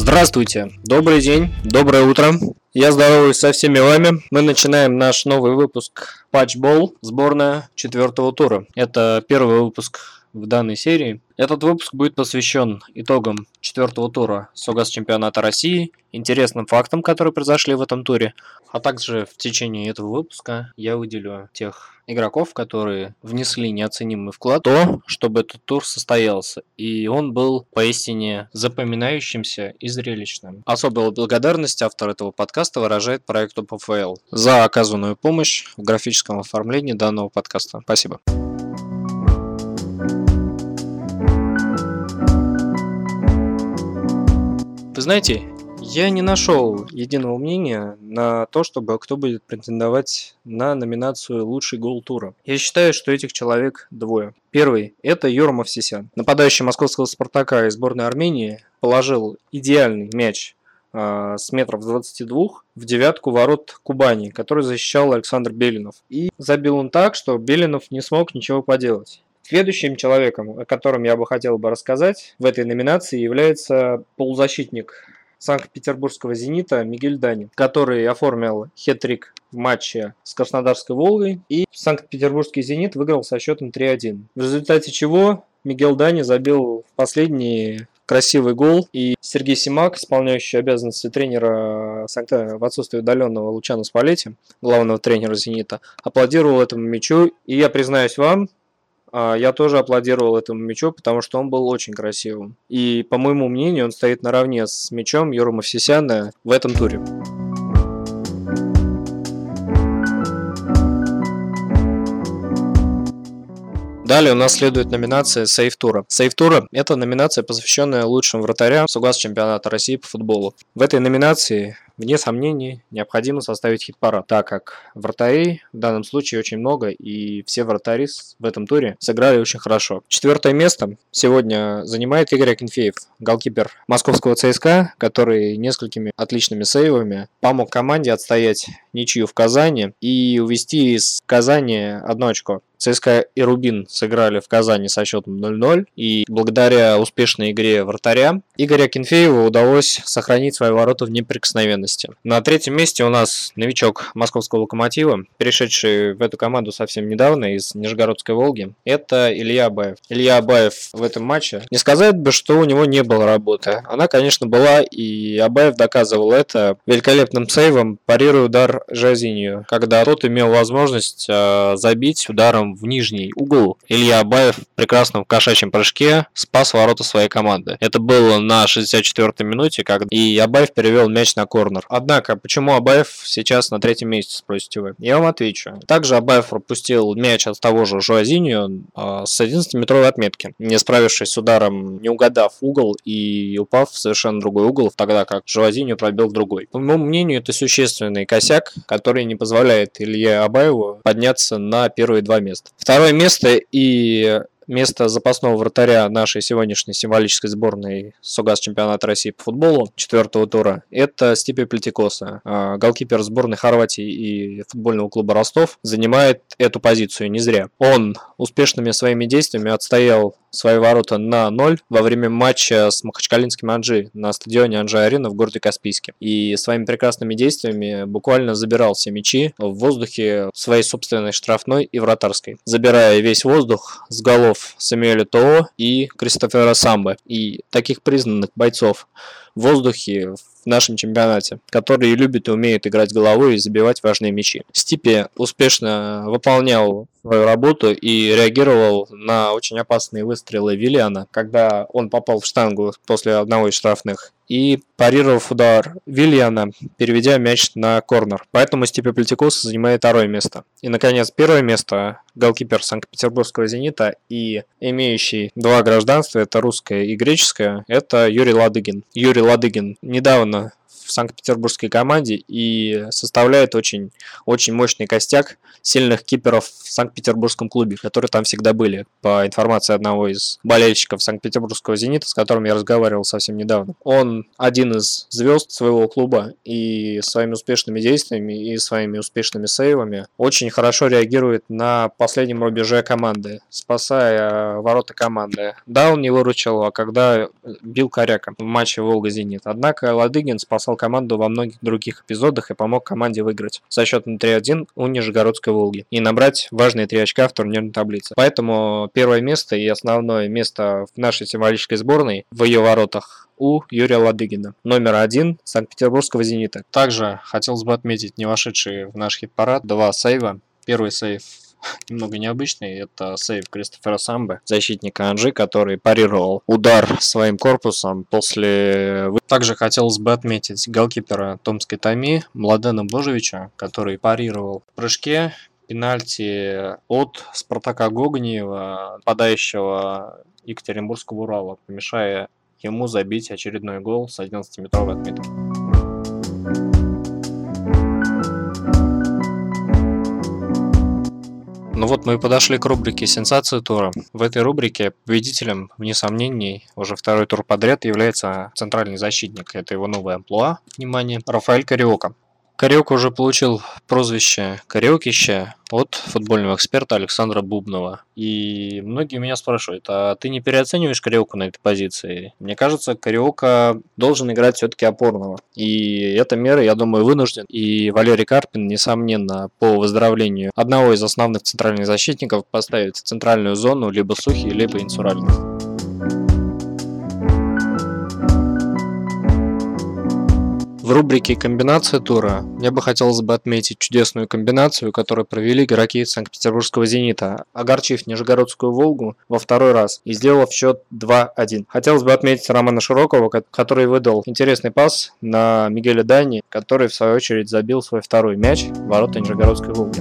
Здравствуйте, добрый день, доброе утро. Я здороваюсь со всеми вами. Мы начинаем наш новый выпуск Патчбол, сборная 4-го тура. Это первый выпуск в данной серии. Этот выпуск будет посвящен итогам 4-го тура Согаз чемпионата России, интересным фактам, которые произошли в этом туре, а также в течение этого выпуска я выделю тех игроков, которые внесли неоценимый вклад в то, чтобы этот тур состоялся, и он был поистине запоминающимся и зрелищным. Особую благодарность автор этого подкаста выражает проекту ПФЛ за оказанную помощь в графическом оформлении данного подкаста. Спасибо. Вы знаете, я не нашел единого мнения на то, чтобы кто будет претендовать на номинацию «Лучший гол тура». Я считаю, что этих человек двое. Первый – это Юра Мовсисян. Нападающий московского «Спартака» и сборной Армении положил идеальный мяч с метров 22 в девятку ворот Кубани, который защищал Александр Белинов. И забил он так, что Белинов не смог ничего поделать. Следующим человеком, о котором я бы хотел рассказать в этой номинации, является полузащитник Санкт-Петербургского «Зенита» Мигель Данин, который оформил хет-трик в матче с Краснодарской «Волгой», и Санкт-Петербургский «Зенит» выиграл со счетом 3-1. В результате чего Мигель Данин забил последний красивый гол, и Сергей Симак, исполняющий обязанности тренера в отсутствие удаленного Лучано Спалетти, главного тренера «Зенита», аплодировал этому мячу, и я признаюсь вам, я тоже аплодировал этому мячу, потому что он был очень красивым. И, по моему мнению, он стоит наравне с мячом Юры Мовсисяна в этом туре. Далее у нас следует номинация «Сейв тура». «Сейв тура» – это номинация, посвященная лучшим вратарям Согаз чемпионата России по футболу. В этой номинации, вне сомнений, необходимо составить хит-парад, так как вратарей в данном случае очень много, и все вратари в этом туре сыграли очень хорошо. Четвертое место сегодня занимает Игорь Акинфеев, голкипер московского ЦСКА, который несколькими отличными сейвами помог команде отстоять ничью в Казани и увести из Казани 1 очко. ЦСКА и Рубин сыграли в Казани со счетом 0-0, и благодаря успешной игре вратаря Игорю Акинфееву удалось сохранить свои ворота в неприкосновенности. На третьем месте у нас новичок московского «Локомотива», перешедший в эту команду совсем недавно из Нижегородской «Волги. Это Илья Абаев. Илья Абаев в этом матче, не сказать бы, что у него не было работы. Она, конечно, была, и Абаев доказывал это великолепным сейвом, парируя удар Жазинью, когда тот имел возможность забить ударом в нижний угол. Илья Абаев в прекрасном кошачьем прыжке спас ворота своей команды. Это было на 64-й минуте, когда и Абаев перевел мяч на корнер. Однако, почему Абаев сейчас на третьем месте, спросите вы? Я вам отвечу. Также Абаев пропустил мяч от того же Жуазиньо с 11-метровой отметки, не справившись с ударом, не угадав угол и упав в совершенно другой угол, тогда как Жуазиньо пробил в другой. По моему мнению, это существенный косяк, который не позволяет Илье Абаеву подняться на первые два места. Второе место и место запасного вратаря нашей сегодняшней символической сборной Согаз чемпионата России по футболу 4-го тура – это Степе Плетикоса. Голкипер сборной Хорватии и футбольного клуба Ростов занимает эту позицию не зря. Он успешными своими действиями отстоял свои ворота на 0 во время матча с Махачкалинским Анжи на стадионе Анжи-Арена в городе Каспийске. И своими прекрасными действиями буквально забирал все мячи в воздухе своей собственной штрафной и вратарской, забирая весь воздух с голов Самуэля Тоо и Кристофера Самбе, и таких признанных бойцов в воздухе в нашем чемпионате, которые любят и умеют играть головой и забивать важные мячи. Степе успешно выполнял свою работу и реагировал на очень опасные выстрелы Виллиана, когда он попал в штангу после одного из штрафных, и парировав удар Виллиана, переведя мяч на корнер. Поэтому Степе Плетикоса занимает второе место. И, наконец, первое место голкипер Санкт-Петербургского «Зенита» и имеющий два гражданства, это русское и греческое, это Юрий Ладыгин. Юрий Ладыгин недавно в Санкт-Петербургской команде и составляет очень, очень мощный костяк сильных киперов в Санкт-Петербургском клубе, которые там всегда были, по информации одного из болельщиков Санкт-Петербургского «Зенита», с которым я разговаривал совсем недавно. Он один из звезд своего клуба и своими успешными действиями и своими успешными сейвами очень хорошо реагирует на последнем рубеже команды, спасая ворота команды. Да, он не выручил, а когда бил Коряка в матче «Волга-Зенит». Однако Ладыгин спасал команду во многих других эпизодах и помог команде выиграть со счетом 3-1 у Нижегородской «Волги» и набрать важные 3 очка в турнирной таблице. Поэтому первое место и основное место в нашей символической сборной в ее воротах у Юрия Ладыгина, номер 1 Санкт-Петербургского «Зенита». Также хотелось бы отметить не вошедшие в наш хит-парад 2 сейва. Первый сейв немного необычный, это сейв Кристофера Самбе, защитника Анжи, который парировал удар своим корпусом после... Также хотелось бы отметить голкипера Томской Томи Младена Божевича, который парировал в прыжке пенальти от Спартака Гогниева, нападающего Екатеринбургского Урала, помешая ему забить очередной гол с 11-метровой отметки. Ну вот мы и подошли к рубрике «Сенсации тура». В этой рубрике победителем, вне сомнений, уже второй тур подряд является центральный защитник. Это его новое амплуа, внимание, Рафаэль Кариока. Кариока уже получил прозвище «Кариокище» от футбольного эксперта Александра Бубнова. И многие меня спрашивают, а ты не переоцениваешь Кариоку на этой позиции? Мне кажется, Кариока должен играть все-таки опорного. И эта мера, я думаю, вынужден. И Валерий Карпин, несомненно, по выздоровлению одного из основных центральных защитников поставит в центральную зону либо Сухи, либо Инсуральных. В рубрике «Комбинация тура» мне бы хотелось бы отметить чудесную комбинацию, которую провели игроки Санкт-Петербургского «Зенита», огорчив Нижегородскую «Волгу» во второй раз и сделав счет 2-1. Хотелось бы отметить Романа Широкова, который выдал интересный пас на Мигеля Дани, который в свою очередь забил свой второй мяч в ворота Нижегородской «Волги».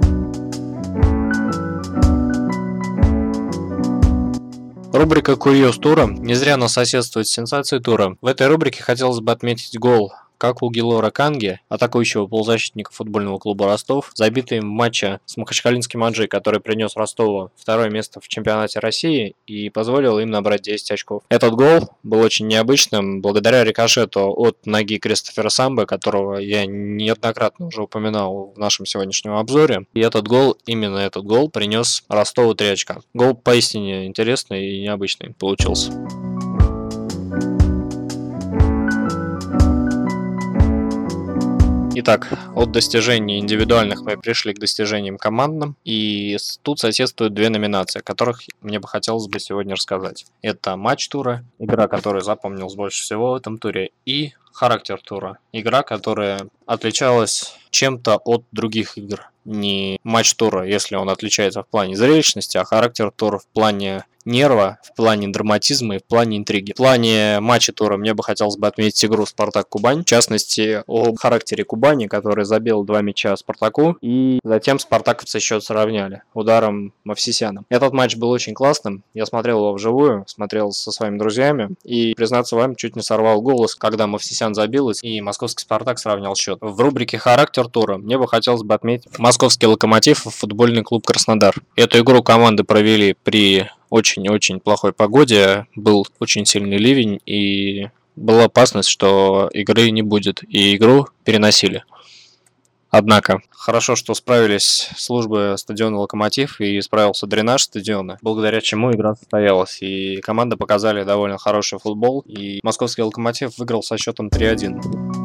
Рубрика «Курьез тура» не зря она соседствует с сенсацией тура. В этой рубрике хотелось бы отметить гол как у Гилора Канги, атакующего полузащитника футбольного клуба Ростов, забитый в матче с Махачкалинским Анжи, который принес Ростову второе место в чемпионате России и позволил им набрать 10 очков. Этот гол был очень необычным благодаря рикошету от ноги Кристофера Самбе, которого я неоднократно уже упоминал в нашем сегодняшнем обзоре. И именно этот гол принес Ростову 3 очка. Гол поистине интересный и необычный получился. Итак, от достижений индивидуальных мы пришли к достижениям командным, и тут соседствуют 2 номинации, о которых мне бы хотелось бы сегодня рассказать. Это матч тура, игра, которая запомнилась больше всего в этом туре, и характер тура, игра, которая отличалась чем-то от других игр. Не матч тура, если он отличается в плане зрелищности, а характер тура в плане нерва, в плане драматизма и в плане интриги. В плане матча тура мне бы хотелось бы отметить игру Спартак-Кубань, в частности о характере Кубани, который забил 2 мяча Спартаку, и затем спартаковцы счет сравняли ударом Мовсисяна. Этот матч был очень классным, я смотрел его вживую, смотрел со своими друзьями, и, признаться вам, чуть не сорвал голос, когда Мовсисян забил, и московский Спартак сравнял счет. В рубрике «Характер тура» мне бы хотелось бы отметить московский Локомотив и футбольный клуб Краснодар. Эту игру команды провели при очень-очень плохой погоде, был очень сильный ливень и была опасность, что игры не будет, и игру переносили. Однако, хорошо, что справились службы стадиона «Локомотив» и справился дренаж стадиона, благодаря чему игра состоялась, и команды показали довольно хороший футбол, и московский «Локомотив» выиграл со счетом 3-1.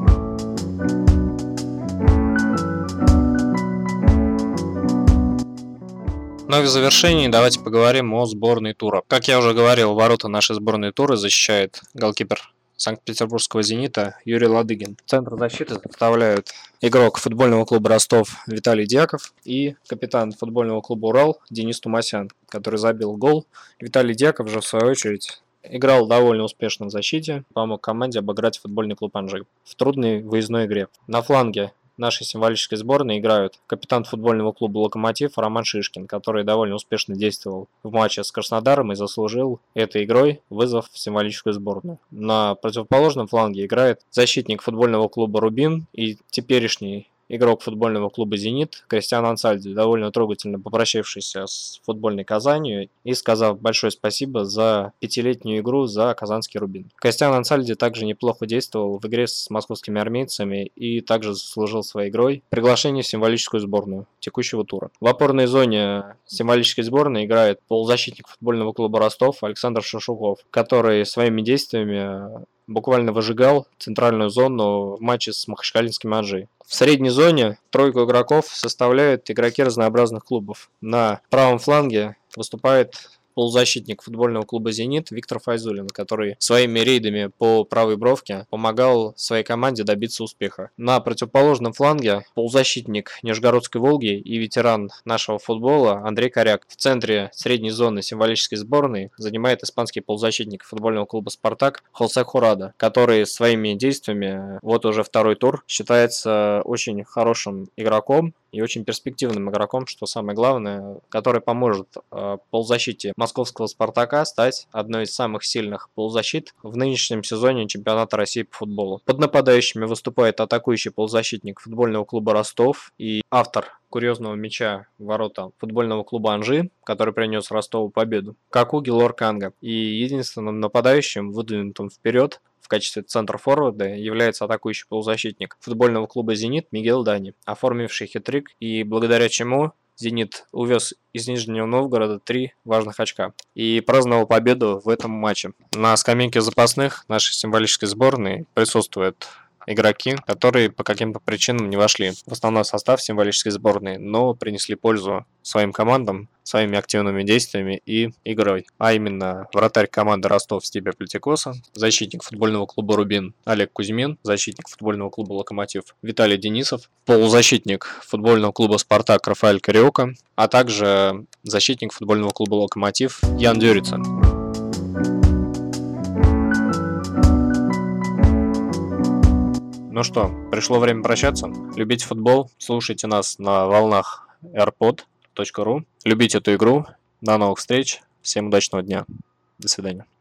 Ну и в завершении давайте поговорим о сборной тура. Как я уже говорил, ворота нашей сборной тура защищает голкипер Санкт-Петербургского «Зенита» Юрий Ладыгин. Центр защиты составляют игрок футбольного клуба Ростов Виталий Дьяков и капитан футбольного клуба Урал Денис Тумасян, который забил гол. Виталий Дьяков же в свою очередь играл довольно успешно в защите, помог команде обыграть футбольный клуб Анжи в трудной выездной игре. На фланге нашей символической сборной играют капитан футбольного клуба «Локомотив» Роман Шишкин, который довольно успешно действовал в матче с Краснодаром и заслужил этой игрой вызов в символическую сборную. На противоположном фланге играет защитник футбольного клуба «Рубин» и теперешний игрок футбольного клуба «Зенит» Кристиан Ансальди, довольно трогательно попрощавшийся с футбольной Казанью и сказав большое спасибо за пятилетнюю игру за казанский «Рубин». Кристиан Ансальди также неплохо действовал в игре с московскими армейцами и также заслужил своей игрой приглашение в символическую сборную текущего тура. В опорной зоне символической сборной играет полузащитник футбольного клуба «Ростов» Александр Шашуков, который своими действиями буквально выжигал центральную зону в матче с Махачкалинским «Анжи». В средней зоне тройку игроков составляют игроки разнообразных клубов. На правом фланге выступает полузащитник футбольного клуба «Зенит» Виктор Файзуллин, который своими рейдами по правой бровке помогал своей команде добиться успеха. На противоположном фланге полузащитник Нижегородской «Волги» и ветеран нашего футбола Андрей Коряк. В центре средней зоны символической сборной занимает испанский полузащитник футбольного клуба «Спартак» Хосе Хурада, который своими действиями вот уже второй тур считается очень хорошим игроком и очень перспективным игроком, что самое главное, который поможет полузащите московского «Спартака» стать одной из самых сильных полузащит в нынешнем сезоне чемпионата России по футболу. Под нападающими выступает атакующий полузащитник футбольного клуба «Ростов» и автор курьезного мяча в ворота футбольного клуба «Анжи», который принес Ростову победу, Каку Гилор Канга. И единственным нападающим, выдвинутым вперед в качестве центр-форварда, является атакующий полузащитник футбольного клуба «Зенит» Мигел Дани, оформивший хет-трик, и благодаря чему «Зенит» увез из Нижнего Новгорода 3 важных очка и праздновал победу в этом матче. На скамейке запасных нашей символической сборной присутствуют игроки, которые по каким-то причинам не вошли в основной состав символической сборной, но принесли пользу своим командам, своими активными действиями и игрой. А именно вратарь команды Ростов Степа Плетикоса, защитник футбольного клуба «Рубин» Олег Кузьмин, защитник футбольного клуба «Локомотив» Виталий Денисов, полузащитник футбольного клуба «Спартак» Рафаэль Кариока, а также защитник футбольного клуба «Локомотив» Ян Дюрица. Ну что, пришло время прощаться. Любите футбол, слушайте нас на волнах airpod.ru. Любите эту игру. До новых встреч. Всем удачного дня. До свидания.